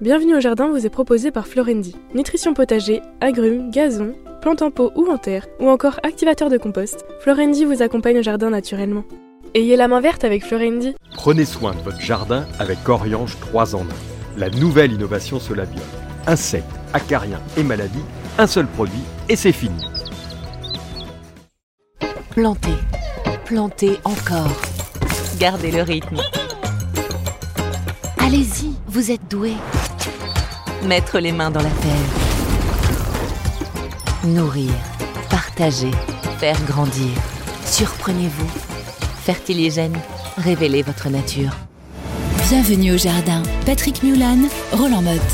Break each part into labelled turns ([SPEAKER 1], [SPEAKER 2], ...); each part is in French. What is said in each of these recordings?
[SPEAKER 1] Bienvenue au jardin vous est proposé par Florendi. Nutrition potager, agrumes, gazon, plantes en pot ou en terre, ou encore activateur de compost, Florendi vous accompagne au jardin naturellement. Ayez la main verte avec Florendi.
[SPEAKER 2] Prenez soin de votre jardin avec Oriange 3 en 1. La nouvelle innovation Solabiol. Insectes, acariens et maladies, un seul produit et c'est fini.
[SPEAKER 3] Plantez, plantez encore. Gardez le rythme. Allez-y, vous êtes doués. Mettre les mains dans la terre. Nourrir, partager, faire grandir. Surprenez-vous. Fertiligène, révélez votre nature.
[SPEAKER 4] Bienvenue au jardin. Patrick Mulan, Roland Motte.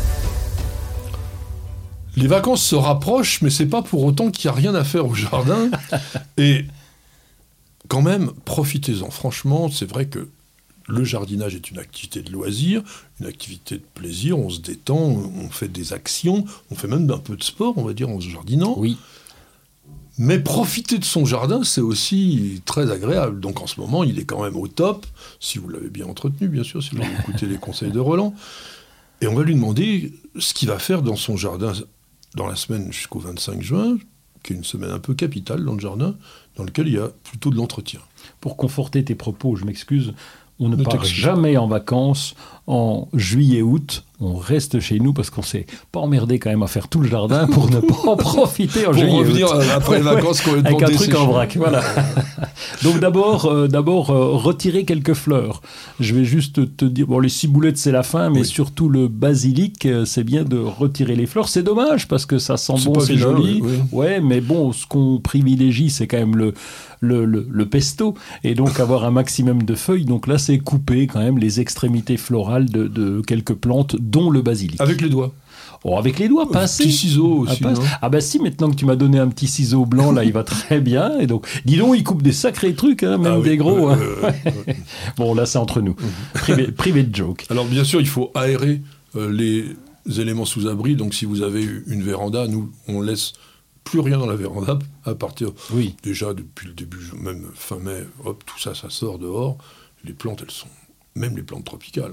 [SPEAKER 5] Les vacances se rapprochent, mais c'est pas pour autant qu'il n'y a rien à faire au jardin. Et quand même, profitez-en. Franchement, c'est vrai que le jardinage est une activité de loisir, une activité de plaisir. On se détend, on fait des actions, on fait même un peu de sport, on va dire, en se jardinant.
[SPEAKER 6] Oui.
[SPEAKER 5] Mais profiter de son jardin, c'est aussi très agréable. Donc en ce moment, il est quand même au top, si vous l'avez bien entretenu, bien sûr, si vous avez écouté les conseils de Roland. Et on va lui demander ce qu'il va faire dans son jardin dans la semaine jusqu'au 25 juin, qui est une semaine un peu capitale dans le jardin, dans lequel il y a plutôt de l'entretien.
[SPEAKER 6] Pour conforter tes propos, je m'excuse, on ne part jamais en vacances en juillet-août. On reste chez nous parce qu'on s'est pas emmerdé quand même à faire tout le jardin pour ne pas en profiter en juillet-août.
[SPEAKER 5] Pour revenir après les vacances complètement
[SPEAKER 6] avec un truc en
[SPEAKER 5] desséchées.
[SPEAKER 6] vrac, voilà. Donc d'abord, retirer quelques fleurs. Je vais juste te dire, bon, les ciboulettes c'est la fin, mais
[SPEAKER 5] oui.
[SPEAKER 6] Surtout le basilic, c'est bien de retirer les fleurs. C'est dommage parce que ça sent bon, c'est
[SPEAKER 5] vilain,
[SPEAKER 6] joli.
[SPEAKER 5] oui.
[SPEAKER 6] Ouais, mais bon, ce qu'on privilégie, c'est quand même le pesto, et donc avoir un maximum de feuilles. Donc là, c'est couper quand même les extrémités florales de quelques plantes, dont le basilic.
[SPEAKER 5] Avec les doigts.
[SPEAKER 6] Oh, avec les doigts, pincer.
[SPEAKER 5] Petit ciseau aussi, non ?
[SPEAKER 6] Ah bah si, maintenant que tu m'as donné un petit ciseau blanc, là, il va très bien. Et donc, dis donc, il coupe des sacrés trucs, hein, même des gros. Hein. Bon, là, c'est entre nous. Privé de joke.
[SPEAKER 5] Alors, bien sûr, il faut aérer les éléments sous abri. Donc, si vous avez une véranda, nous, on laisse plus rien dans la véranda à partir, déjà, depuis le début, même fin mai, hop, tout ça, ça sort dehors. Les plantes, elles sont, même les plantes tropicales,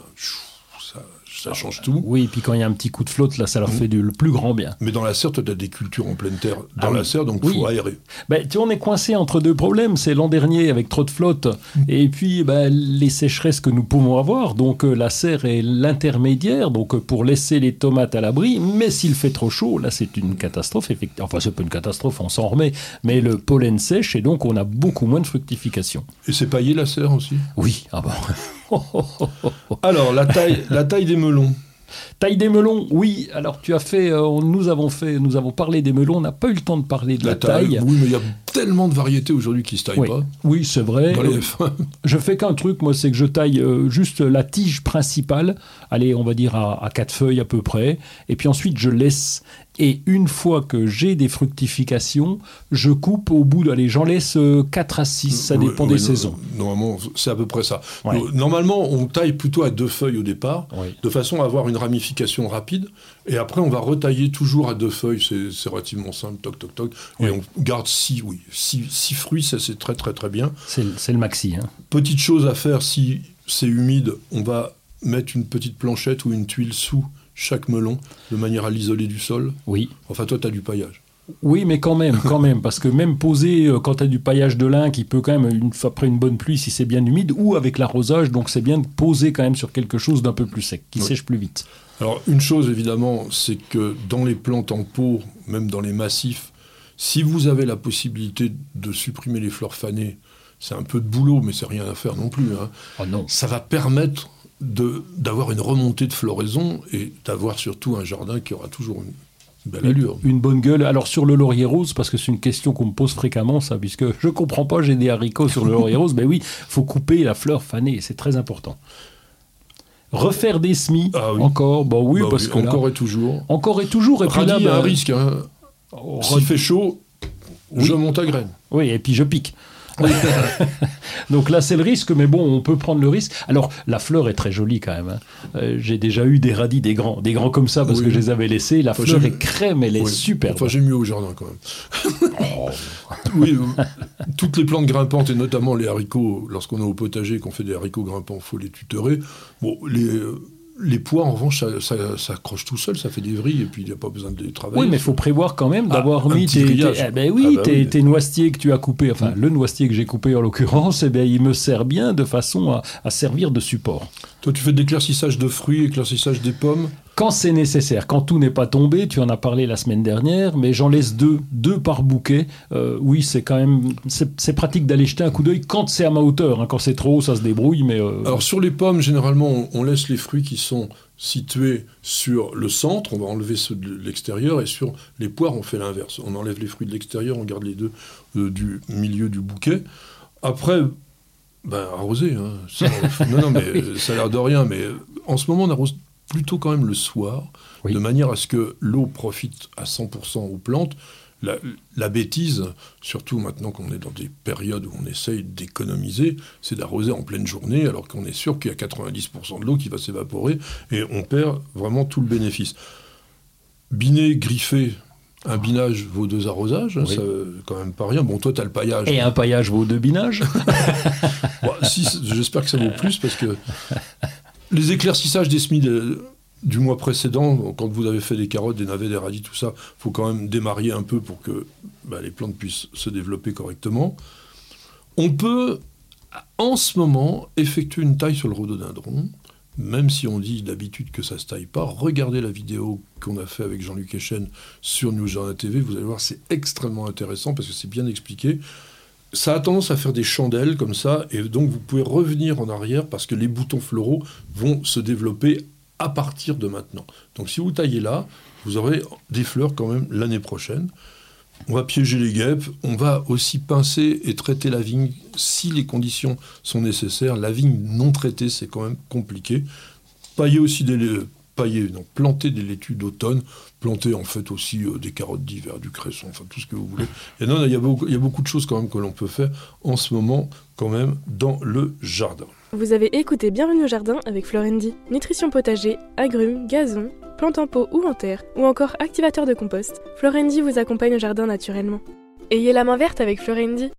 [SPEAKER 5] ça change tout.
[SPEAKER 6] Oui, et puis quand il y a un petit coup de flotte, là, ça leur fait le plus grand bien.
[SPEAKER 5] Mais dans la serre, tu as des cultures en pleine terre dans la serre, donc il faut aérer.
[SPEAKER 6] Ben, tu vois, on est coincé entre deux problèmes. C'est l'an dernier avec trop de flotte, et puis les sécheresses que nous pouvons avoir. Donc la serre est l'intermédiaire, donc pour laisser les tomates à l'abri. Mais s'il fait trop chaud, là, c'est une catastrophe. Enfin, c'est pas une catastrophe, on s'en remet. Mais le pollen sèche, et donc on a beaucoup moins de fructification.
[SPEAKER 5] Et c'est paillé la serre aussi ?
[SPEAKER 6] Oui, ah bon.
[SPEAKER 5] Alors, la taille des melons.
[SPEAKER 6] Taille des melons, oui. Alors, tu as fait, nous avons parlé des melons. On n'a pas eu le temps de parler de la taille.
[SPEAKER 5] Oui, mais il y a tellement de variétés aujourd'hui qui ne se taillent pas.
[SPEAKER 6] Oui, c'est vrai. Je fais qu'un truc, moi, c'est que je taille juste la tige principale. Allez, on va dire à 4 feuilles à peu près. Et puis ensuite, je laisse. Et une fois que j'ai des fructifications, je coupe au bout j'en laisse 4 à 6, ça dépend des saisons.
[SPEAKER 5] Normalement, c'est à peu près ça.
[SPEAKER 6] Ouais.
[SPEAKER 5] Normalement, on taille plutôt à 2 feuilles au départ, de façon à avoir une ramification rapide, et après on va retailler toujours à 2 feuilles, c'est relativement simple, toc, toc, toc, et on garde 6 fruits, ça c'est très très très bien.
[SPEAKER 6] C'est le maxi. Hein.
[SPEAKER 5] Petite chose à faire, si c'est humide, on va mettre une petite planchette ou une tuile sous chaque melon, de manière à l'isoler du sol.
[SPEAKER 6] Oui.
[SPEAKER 5] Enfin, toi, tu as du paillage.
[SPEAKER 6] Oui, mais quand même, parce que même poser, quand tu as du paillage de lin qui peut quand même, après une bonne pluie, si c'est bien humide, ou avec l'arrosage, donc c'est bien de poser quand même sur quelque chose d'un peu plus sec, qui sèche plus vite.
[SPEAKER 5] Alors, une chose, évidemment, c'est que dans les plantes en pot, même dans les massifs, si vous avez la possibilité de supprimer les fleurs fanées, c'est un peu de boulot, mais c'est rien à faire non plus. Hein.
[SPEAKER 6] Oh non.
[SPEAKER 5] Ça va permettre d'avoir une remontée de floraison et d'avoir surtout un jardin qui aura toujours une belle allure.
[SPEAKER 6] Une bonne gueule. Alors sur le laurier rose, parce que c'est une question qu'on me pose fréquemment, ça, puisque je ne comprends pas, j'ai des haricots sur le laurier rose, mais oui, il faut couper la fleur fanée, c'est très important. Refaire des semis, encore, parce que
[SPEAKER 5] encore et toujours.
[SPEAKER 6] Encore et toujours, et puis là...
[SPEAKER 5] il y a un risque, hein. S'il fait chaud, je monte à graines.
[SPEAKER 6] Oui, et puis je pique. Donc là, c'est le risque, mais bon, on peut prendre le risque. Alors, la fleur est très jolie quand même. Hein. J'ai déjà eu des radis, des grands comme ça, parce que je les avais laissés. La fleur est crème, elle est superbe.
[SPEAKER 5] Enfin, j'ai mieux au jardin quand même. Oui, toutes les plantes grimpantes, et notamment les haricots, lorsqu'on est au potager et qu'on fait des haricots grimpants, il faut les tutorer. Bon, Les pois, en revanche, ça accroche tout seul, ça fait des vrilles, et puis il n'y a pas besoin de les travailler.
[SPEAKER 6] Oui, mais il faut prévoir quand même d'avoir mis tes noisetiers que tu as coupés, enfin le noisetier que j'ai coupé en l'occurrence, il me sert bien de façon à servir de support.
[SPEAKER 5] Toi, tu fais de l'éclaircissage de fruits, éclaircissage des pommes?
[SPEAKER 6] Quand c'est nécessaire, quand tout n'est pas tombé, tu en as parlé la semaine dernière, mais j'en laisse deux par bouquet. Oui, c'est quand même c'est pratique d'aller jeter un coup d'œil quand c'est à ma hauteur. Hein. Quand c'est trop haut, ça se débrouille. Mais
[SPEAKER 5] Alors sur les pommes, généralement, on laisse les fruits qui sont situés sur le centre, on va enlever ceux de l'extérieur, et sur les poires, on fait l'inverse. On enlève les fruits de l'extérieur, on garde les deux du milieu du bouquet. Après, arroser. Hein. Non, mais ça a l'air de rien, mais en ce moment, on arrose plutôt quand même le soir, de manière à ce que l'eau profite à 100% aux plantes. La bêtise, surtout maintenant qu'on est dans des périodes où on essaye d'économiser, c'est d'arroser en pleine journée, alors qu'on est sûr qu'il y a 90% de l'eau qui va s'évaporer, et on perd vraiment tout le bénéfice. Biner, griffer, un binage vaut 2 arrosages, ça quand même pas rien. Bon, toi, t'as le paillage.
[SPEAKER 6] Et un paillage vaut 2 binages.
[SPEAKER 5] J'espère que ça vaut plus, parce que les éclaircissages des semis du mois précédent, quand vous avez fait des carottes, des navets, des radis, tout ça, il faut quand même démarrer un peu pour que les plantes puissent se développer correctement. On peut, en ce moment, effectuer une taille sur le rhododendron, même si on dit d'habitude que ça ne se taille pas. Regardez la vidéo qu'on a fait avec Jean-Luc Echen sur News Jardin TV, vous allez voir, c'est extrêmement intéressant parce que c'est bien expliqué. Ça a tendance à faire des chandelles comme ça, et donc vous pouvez revenir en arrière parce que les boutons floraux vont se développer à partir de maintenant. Donc si vous taillez là, vous aurez des fleurs quand même l'année prochaine. On va piéger les guêpes, on va aussi pincer et traiter la vigne si les conditions sont nécessaires. La vigne non traitée, c'est quand même compliqué. Planter des laitues d'automne, planter en fait aussi des carottes d'hiver, du cresson, enfin tout ce que vous voulez. Il y a beaucoup de choses quand même que l'on peut faire en ce moment quand même dans le jardin.
[SPEAKER 1] Vous avez écouté Bienvenue au jardin avec Florendi. Nutrition potager, agrumes, gazon, plantes en pot ou en terre, ou encore activateur de compost, Florendi vous accompagne au jardin naturellement. Ayez la main verte avec Florendi.